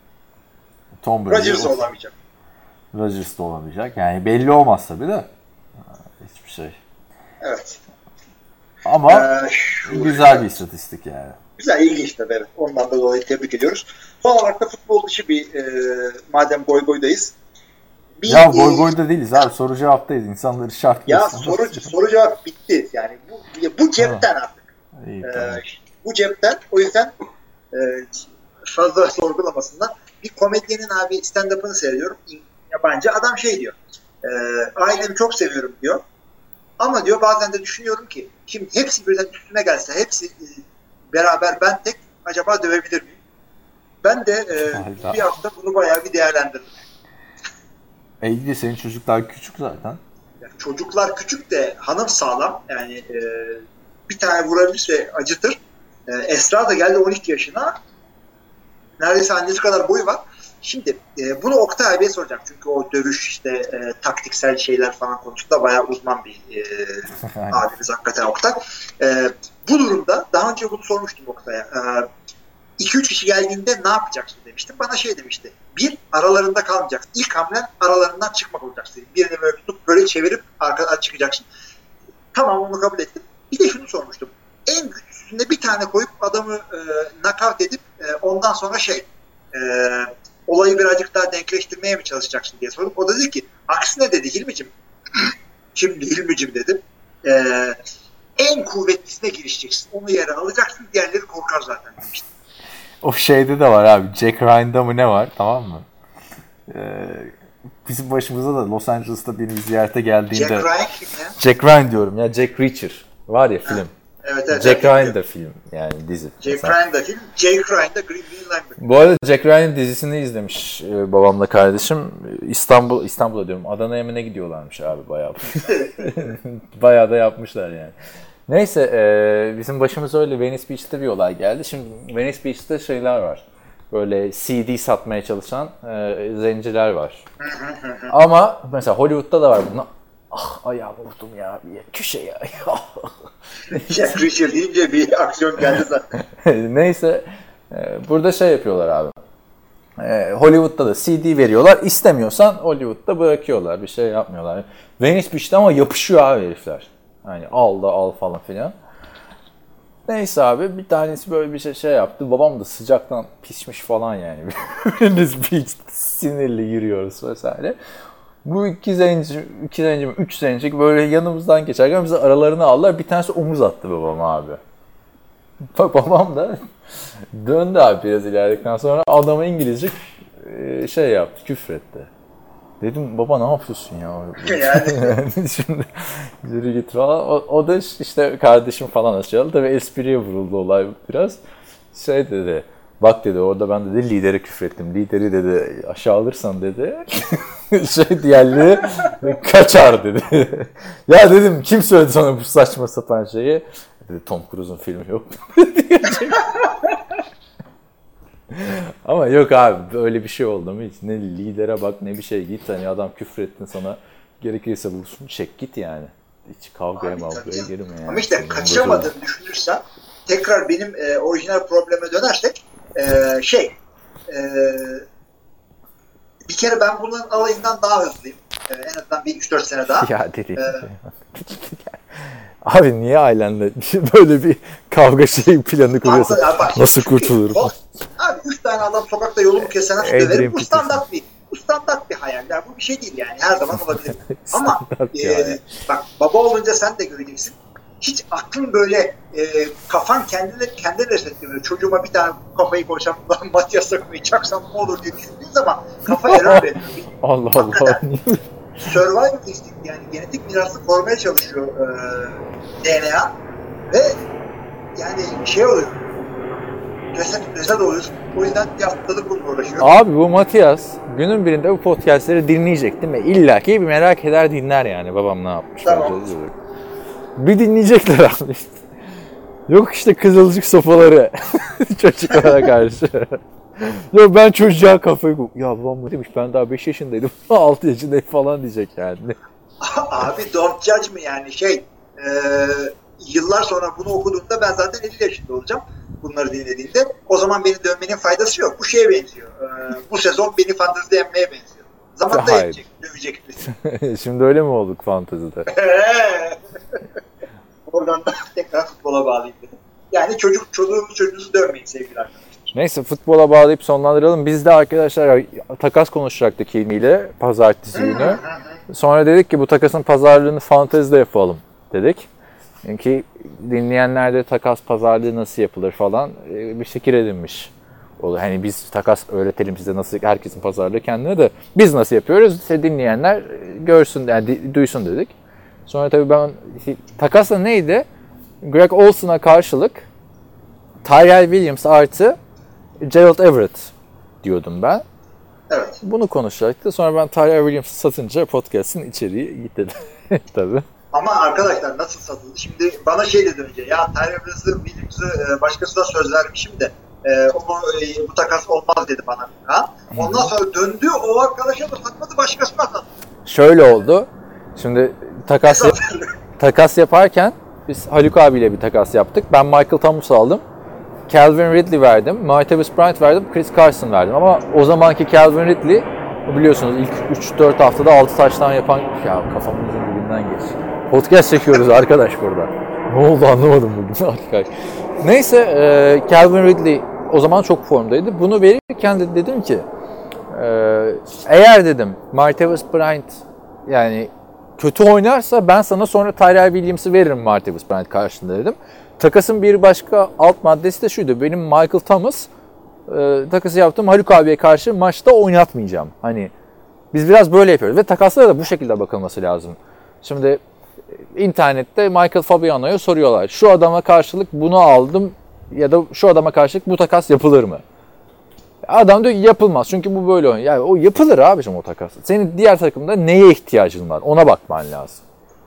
Tom Brady Rodgers olamayacak. Rodgers da olamayacak. Yani belli olmaz tabii de. Hiçbir şey. Evet. Ama ee, güzel bir istatistik yani. Güzel, ilginç tabii, evet. Ondan da dolayı tebrik ediyoruz. Son olarak da futbol dışı bir e, madem goy goydayız. Bir, ya goy goyda değiliz abi. Soru cevaptayız. İnsanları şart. Ya soru, soru cevap bitti. Yani bu, bu cepten ha. artık. İyi, ee, tamam. Bu cepten. O yüzden e, fazla sorgulamasınlar. Bir komedyenin abi stand-up'ını seyrediyorum. Yabancı adam şey diyor. E, ailemi çok seviyorum diyor. Ama diyor bazen de düşünüyorum ki şimdi hepsi birden üstüme gelse, hepsi e, beraber ben tek acaba dövebilir miyim? Ben de e, bir hafta bunu bayağı bir değerlendirdim. E iyi de senin çocuklar küçük zaten. Yani çocuklar küçük de hanım sağlam. Yani e, bir tane vurabilirse acıtır. E, Esra da geldi on iki yaşına. Neredeyse annesi kadar boyu var. Şimdi e, bunu Oktay abiye soracağım. Çünkü o dövüş işte e, taktiksel şeyler falan konusunda bayağı uzman bir e, abimiz hakikaten Oktay. E, bu durumda daha önce bunu sormuştum Oktay'a. iki üç kişi geldiğinde ne yapacaksın demiştim. Bana şey demişti. Bir, aralarında kalmayacaksın. İlk hamlen aralarından çıkmak olacaksın. Birini böyle tutup böyle çevirip arkadan çıkacaksın. Tamam, onu kabul ettim. Bir de şunu sormuştum. En güçlüsünde bir tane koyup adamı e, knockout edip e, ondan sonra şey e, olayı birazcık daha denkleştirmeye mi çalışacaksın diye sordum. O da dedi ki aksine dedi Hilmi'cim şimdi Hilmi'cim dedim e, en kuvvetlisine girişeceksin. Onu yere alacaksın. Diğerleri korkar zaten demiştim. O şeyde de var abi. Jack Ryan'da mı ne var, tamam mı? Ee, bizim başımıza da Los Angeles'ta birini ziyarete geldiğinde... Jack Ryan kim ya? Jack Ryan diyorum ya. Jack Reacher. Var ya film. Evet, evet, Jack evet, Ryan da film. Yani dizi. Jack Ryan da film. Jack Ryan da Green Green Lantern. Bu arada Jack Ryan dizisini izlemiş e, babamla kardeşim. İstanbul, İstanbul'a diyorum. Adana'ya mı ne gidiyorlarmış abi bayağı. Bayağı da yapmışlar yani. Neyse e, bizim başımıza öyle Venice Beach'te bir olay geldi. Şimdi Venice Beach'te şeyler var. Böyle C D satmaya çalışan e, zenciler var. Ama mesela Hollywood'da da var bunlar. Ah ayağımı vurdum ya. Köşe ya. Jack Reacher deyince bir aksiyon geldi zaten. Neyse e, burada şey yapıyorlar abi. E, Hollywood'da da C D veriyorlar. İstemiyorsan Hollywood'da bırakıyorlar. Bir şey yapmıyorlar. Venice Beach'te ama yapışıyor abi herifler. Hani al da al falan filan. Neyse abi bir tanesi böyle bir şey, şey yaptı. Babam da sıcaktan pişmiş falan yani. Venice Beach'te sinirli yürüyoruz vesaire. Bu iki zenci, iki zenci mi, üç zenci böyle yanımızdan geçerken bizi aralarına aldılar. Bir tanesi omuz attı babama abi. Bak babam da döndü abi biraz ilerledikten sonra adama İngilizce şey yaptı, küfretti. Dedim baba ne yapıyorsun ya? Yani. Şimdi yürü git falan. O, o da işte kardeşim falan açıldı. Tabii espriye vuruldu olay biraz. Şey dedi, bak dedi orada ben dedi lideri küfrettim. Lideri dedi aşağı alırsan dedi şey diğerleri kaçar dedi. Ya dedim kim söyledi sana bu saçma sapan şeyi? Dedi Tom Cruise'un filmi yok. Ama yok abi öyle bir şey oldu mu hiç ne lidere bak ne bir şey git hani adam küfür ettin sana gerekirse bulsun çek git yani. Hiç kavgaya mavgaya girme yani. Ama işte kaçamadığını düşünürsen tekrar benim e, orijinal probleme dönersek e, şey e, bir kere ben bunların alayından daha hızlıyım. E, en azından bir üç dört sene daha. Ya dedi. Ee, Abi niye ailenle böyle bir kavga şeyi planı kuruyorsun? Nasıl kurtulur? Abi üç tane adam sokakta yolumu kesene döverim. Bu standart bir, bu standart bir hayal. Yani bu bir şey değil yani. Her zaman olabilir. Ama e, bak baba olunca sen de göreceksin. Hiç aklın böyle e, kafan kendine kendine resetleniyor. Çocuğuma bir tane kafayı koysam Matias'a koyayım çaksam ne olur diye düşündüğün zaman kafa error veriyor. Allah Allah. Survival instinct yani genetik mirası korumaya çalışıyor e, D N A ve yani şey oluyor. Reset, reset oluyorsun. O yüzden haftalık bununla uğraşıyor. Abi bu Matias günün birinde bu podcastleri dinleyecek değil mi? İlla ki bir merak eder dinler yani babam ne yapmış. Tamam. Bir dinleyecekler abi. Yok işte kızılcık sopaları çocuklara karşı. Ya ben çocuğa kafayı koydum. Ya babam mı demiş ben daha beş yaşındaydım. altı yaşındayım falan diyecek yani. Abi don't judge me yani şey e, yıllar sonra bunu okuduğumda ben zaten elli yaşında olacağım. Bunları dinlediğimde. O zaman beni dövmenin faydası yok. Bu şeye benziyor. E, bu sezon beni fantezide yenmeye benziyor. Zamanla yenecek, dövecek bizi. Şimdi öyle mi olduk fantezide? Oradan da tekrar futbola bağlayayım dedim. Yani çocuk çocuğunuzu çocuğunuzu dövmeyin sevgili arkadaşlar. Neyse futbola bağlayıp sonlandıralım. Biz de arkadaşlar takas konuşacaktık Hilmi ile pazartesi günü. Sonra dedik ki bu takasın pazarlığını fantezide yapalım dedik. Çünkü dinleyenler de takas pazarlığı nasıl yapılır falan bir fikir edinmiş. Hani biz takas öğretelim size nasıl herkesin pazarlığı kendine de biz nasıl yapıyoruz işte dinleyenler görsün yani duysun dedik. Sonra tabii ben takas da neydi? Greg Olson'a karşılık Tyrell Williams artı Gerald Everett diyordum ben. Evet. Bunu konuşacaktı. Sonra ben Tyrell Williams'ı satınca podcast'ın içeriği gitti tabii. Ama arkadaşlar nasıl satıldı? Şimdi bana şey dedi önce ya Tyrell Williams'ı başkasına söz vermişim de e, onu, e, bu takas olmaz dedi bana. Ha? Ondan sonra döndü o arkadaşa da satmadı başkasına sattı. Şöyle oldu. Şimdi takas yap- takas yaparken biz Haluk abiyle bir takas yaptık. Ben Michael Thomas aldım. Calvin Ridley verdim. Martavis Bryant verdim. Chris Carson verdim. Ama o zamanki Calvin Ridley biliyorsunuz ilk üç dört haftada altı taştan yapan ya kafamızın dibinden geç. Podcast çekiyoruz arkadaş burada. Ne oldu anlamadım bugün. Neyse e, Calvin Ridley o zaman çok formdaydı. Bunu verirken de dedim ki e, eğer dedim Martavis Bryant yani kötü oynarsa ben sana sonra Tyrell Williams'ı veririm Martavis Bryant karşında dedim. Takasın bir başka alt maddesi de şuydu. Benim Michael Thomas e, takası yaptığım Haluk abiye karşı maçta oynatmayacağım. Hani biz biraz böyle yapıyoruz ve takaslara da bu şekilde bakılması lazım. Şimdi internette Michael Fabiano'ya soruyorlar. Şu adama karşılık bunu aldım ya da şu adama karşılık bu takas yapılır mı? Adam diyor ki yapılmaz çünkü bu böyle oynuyor. Yani o yapılır abiciğim o takas. Senin diğer takımda neye ihtiyacın var? Ona bakman lazım.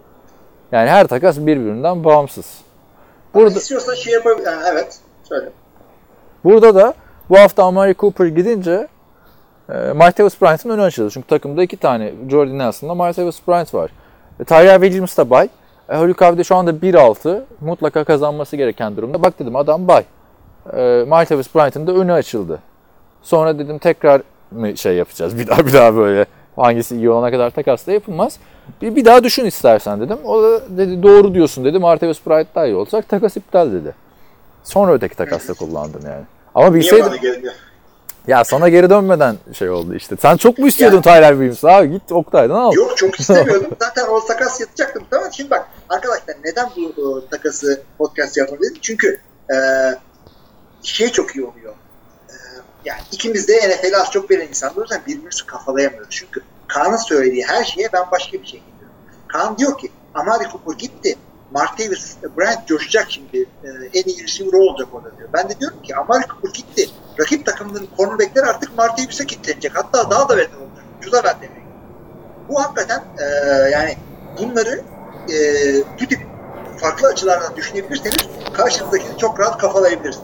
Yani her takas birbirinden bağımsız. Burada istiyorsan şey yapabilir. Yani evet. Söyle. Burada da bu hafta Amari Cooper gidince e, Martavis Bryant'ın önü açıldı. Çünkü takımda iki tane Jordy Nelson'la Martavis Bryant var. E, Tyrell Williams da bay. E, Haluk abi de şu anda bir altı. Mutlaka kazanması gereken durumda. Bak dedim adam bay. E, Martavis Bryant'ın da önü açıldı. Sonra dedim tekrar mı şey yapacağız? Bir daha bir daha böyle. Hangisi iyi olana kadar takas da yapılmaz. Bir, bir daha düşün istersen dedim. O da dedi doğru diyorsun dedi. Martavis Bryant daha iyi olacak. Takas iptal dedi. Sonra öteki takasla kullandım yani. Ama bilseydim. Ya sana geri dönmeden şey oldu işte. Sen çok mu istiyordun yani, Tyrell Williams'ı abi? Git Oktay'dan al. Yok çok istemiyordum. Zaten o takas yapacaktım. Tamam şimdi bak arkadaşlar neden bu o, takası podcast yapabilirim? Çünkü e, şey çok iyi oluyor. E, yani ikimiz de N F L'e az çok bilen insanlar. O yüzden birbirimizi kafalayamıyoruz. Çünkü Kaan'ın söylediği her şeye ben başka bir şey gidiyorum. Kaan diyor ki Amari Cooper gitti. Martavis Bryant coşacak şimdi. E, en iyi receiver olacak orada diyor. Ben de diyorum ki Amari Cooper gitti. Rakip takımların cornerback'leri artık Martavis'e kilitlenecek. Hatta daha da beter olacak. Ucuza ver demek. Bu hakikaten e, yani bunları e, bu tip farklı açılardan düşünebilirseniz karşınızdakini çok rahat kafalayabilirsiniz.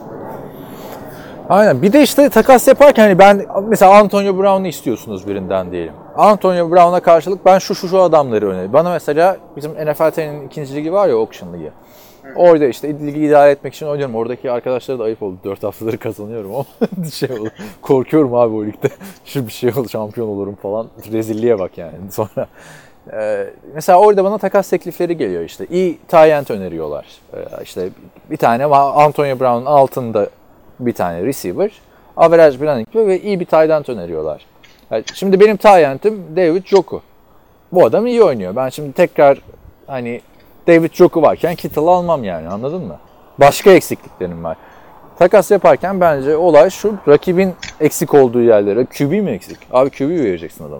Aynen. Bir de işte takas yaparken hani ben mesela Antonio Brown'u istiyorsunuz birinden diyelim. Antonio Brown'a karşılık ben şu şu şu adamları öneriyorum. Bana mesela bizim N F L T V'nin ikinci ligi var ya, Auction Ligi. Hı. Orada işte ligi idare etmek için oynuyorum. Oradaki arkadaşlara da ayıp oldu. dört haftaları kazanıyorum ama şey oldu. Korkuyorum abi o ligde. Şu bir şey olur, şampiyon olurum falan. Rezilliğe bak yani. Sonra Ee, mesela orada bana takas teklifleri geliyor işte. İyi tight end öneriyorlar. Ee, işte bir tane Antonio Brown'un altında bir tane receiver, average bir running back ve iyi bir tight end öneriyorlar. Yani şimdi benim tight end'im David Njoku. Bu adam iyi oynuyor. Ben şimdi tekrar hani David Njoku varken Kittle almam yani, anladın mı? Başka eksikliklerim var. Takas yaparken bence olay şu: rakibin eksik olduğu yerlere Q B mi eksik? Abi Q B vereceksin adama.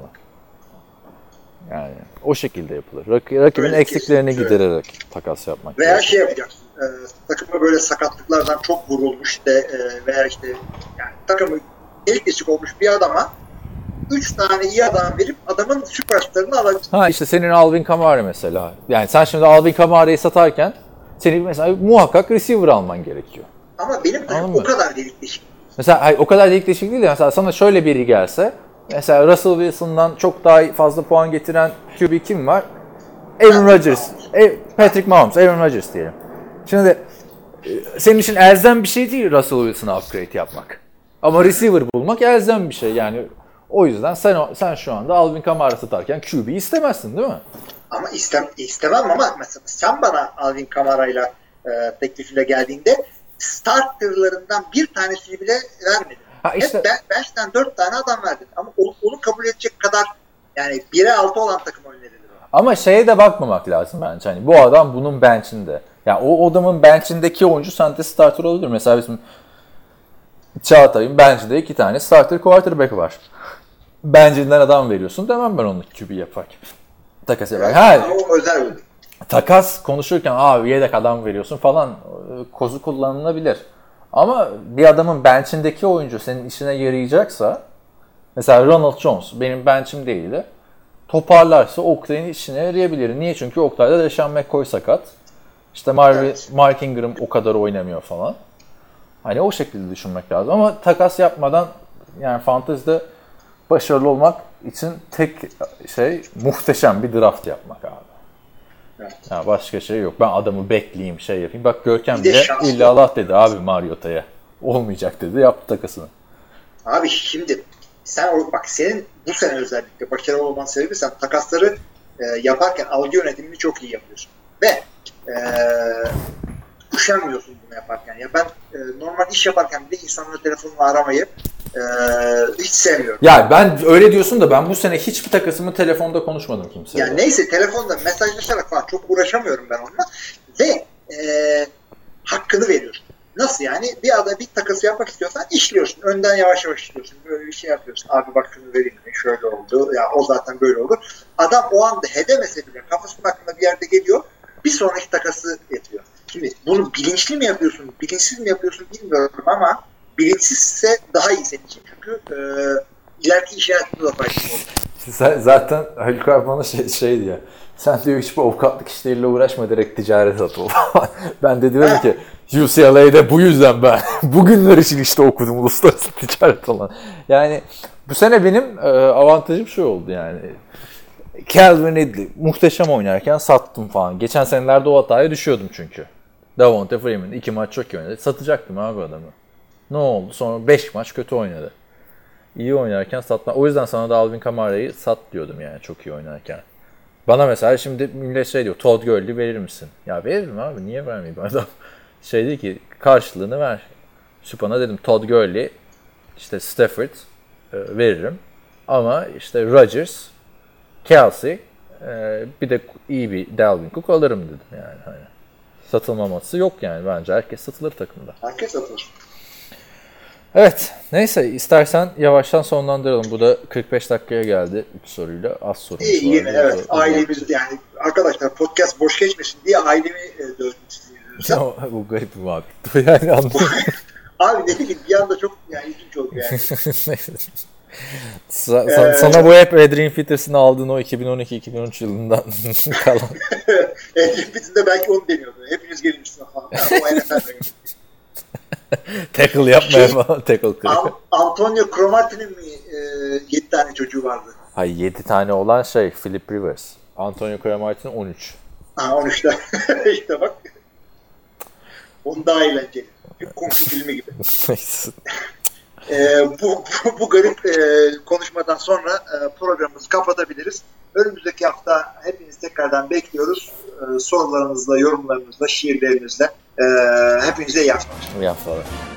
Yani o şekilde yapılır. Rak- rakibin öyle eksiklerini kesinlikle gidererek takas yapmak. Veya gerekiyor. Şey yapacaksın. E, takıma böyle sakatlıklardan çok vurulmuş de e, veya işte yani takımı delik deşik olmuş bir adama üç tane iyi adam verip adamın süperstarını alacaksın. Ha işte senin Alvin Kamara mesela. Yani sen şimdi Alvin Kamara'yı satarken senin mesela muhakkak receiver alman gerekiyor. Ama benim takım o kadar delik deşik. Mesela hayır, o kadar delik deşik değil de mesela sana şöyle biri gelse, mesela Russell Wilson'dan çok daha fazla puan getiren Q B kim var? Aaron Rodgers, Patrick Mahomes, Aaron Rodgers diyelim. Şimdi senin için elzem bir şey değil Russell Wilson'a upgrade yapmak. Ama receiver bulmak elzem bir şey yani. O yüzden sen sen şu anda Alvin Kamara satarken Q B istemezsin değil mi? Ama istem istemem ama mesela sen bana Alvin Kamara'yla e, teklifiyle geldiğinde starterlarından bir tanesini bile vermedin. Ha işte, hep bench'ten dört tane adam verdin. Ama onu kabul edecek kadar yani bire altı olan takım önerilir. Ama şeye de bakmamak lazım bence. Hani bu adam bunun bench'inde. Yani o adamın bench'indeki oyuncu sende starter olabilir. Mesela bizim Çağatay'ın bench'inde iki tane starter quarterback var. Bench'inden adam veriyorsun demem ben onu Q B yaparken. Takas yaparken. Evet, o özel. Takas konuşurken abi yedek adam veriyorsun falan kozu kullanılabilir. Ama bir adamın bench'indeki oyuncu senin işine yarayacaksa, mesela Ronald Jones benim bench'im değildi. Toparlarsa Oktay'ın işine yarayabilir. Niye? Çünkü Oktay'da Deshaun McCoy sakat. İşte Marv- evet. Mark Ingram o kadar oynamıyor falan. Hani o şekilde düşünmek lazım. Ama takas yapmadan yani fantezide başarılı olmak için tek şey muhteşem bir draft yapmak abi. Evet. Yani başka şey yok. Ben adamı bekleyeyim, şey yapayım. Bak Görkem bile illallah dedi abi Mariota'ya. Olmayacak dedi, yaptı takasını. Abi şimdi sen bak senin bu sene özellikle başarılı olman sebebi sen takasları e, yaparken algı yönetimini çok iyi yapıyorsun. Ve e, üşenmiyorsun bunu yaparken. Ya ben e, normal iş yaparken bile insanları telefonla aramayı e, hiç sevmiyorum. Ya ben öyle diyorsun da ben bu sene hiçbir takasımı telefonda konuşmadım kimseyle. Ya neyse telefonda mesajlaşarak falan çok uğraşamıyorum ben onunla. Ve e, hakkını veriyorsun. Nasıl yani? Bir ada bir takası yapmak istiyorsan işliyorsun. Önden yavaş yavaş işliyorsun. Böyle bir şey yapıyorsun. Abi bak şunu vereyim mi? Şöyle oldu. Ya o zaten böyle olur. Adam o anda hedemese bile kafasının aklına bir yerde geliyor. Bir sonraki takası yapıyor. Şimdi bunu bilinçli mi yapıyorsun? Bilinçsiz mi yapıyorsun bilmiyorum ama bilinçsizse daha iyi senin için. Çünkü e, ileriki iş hayatında da faydalı olur. Zaten Haluk abi bana şey, şey diyor. Sen diyor hiçbir avukatlık işleriyle uğraşma, direkt ticaret at ol. Ben de diyorum ki U C L A'de bu yüzden ben bugünler için işte okudum uluslararası ticaret olan. Yani bu sene benim e, avantajım şu oldu yani. Calvin Ridley muhteşem oynarken sattım falan. Geçen senelerde o hataya düşüyordum çünkü. Devonta Freeman iki maç çok iyi oynadı. Satacaktım abi adamı. Ne oldu? Sonra beş maç kötü oynadı. İyi oynarken satma. O yüzden sana da Alvin Kamara'yı sat diyordum yani çok iyi oynarken. Bana mesela şimdi millet şey diyor, Todd Gurley verir misin? Ya veririm abi, niye vermeyeyim adam? Şey değil ki, karşılığını ver. Süpan'a dedim Todd Gurley, işte Stafford e, veririm. Ama işte Rodgers, Kelsey, e, bir de iyi bir Dalvin Cook alırım dedim yani. Hani. Satılmaması yok yani. Bence herkes satılır takımda. Herkes satılır. Evet. Neyse istersen yavaştan sonlandıralım. Bu da kırk beş dakikaya geldi. üç soruyla. Az sorumuz İyi var. yine evet. O, Ailemiz yani arkadaşlar podcast boş geçmesin diye ailemi e, dövdüm sizi. Bu garip bir muhabbet. Yani anladım. Abi ne bileyim bir anda çok yani ilginç oldu yani. Sa- sana, Ee, sana bu hep Adrian Peterson'ı aldığın o iki bin on iki iki bin on üç yılından kalan. Hepimizin de belki onu deniyordu. Hepiniz gelin üstüne falan. Yani o N F L'de. Tackle yapmaya falan. Tackle kırıyor. An- Antonio Cromartie'nin mi e, yedi tane çocuğu vardı? Hayır yedi tane olan şey Philip Rivers. Antonio Cromartie'nin on üç. Ha on üçte. İşte bak. Onun daha eğlenceli. Bir kung fu filmi gibi. e, bu, bu, bu garip e, konuşmadan sonra e, programımızı kapatabiliriz. Önümüzdeki hafta hepinizi tekrardan bekliyoruz. E, sorularınızla, yorumlarınızla, şiirlerinizle. E, hepinize iyi haftalar. İyi haftalar.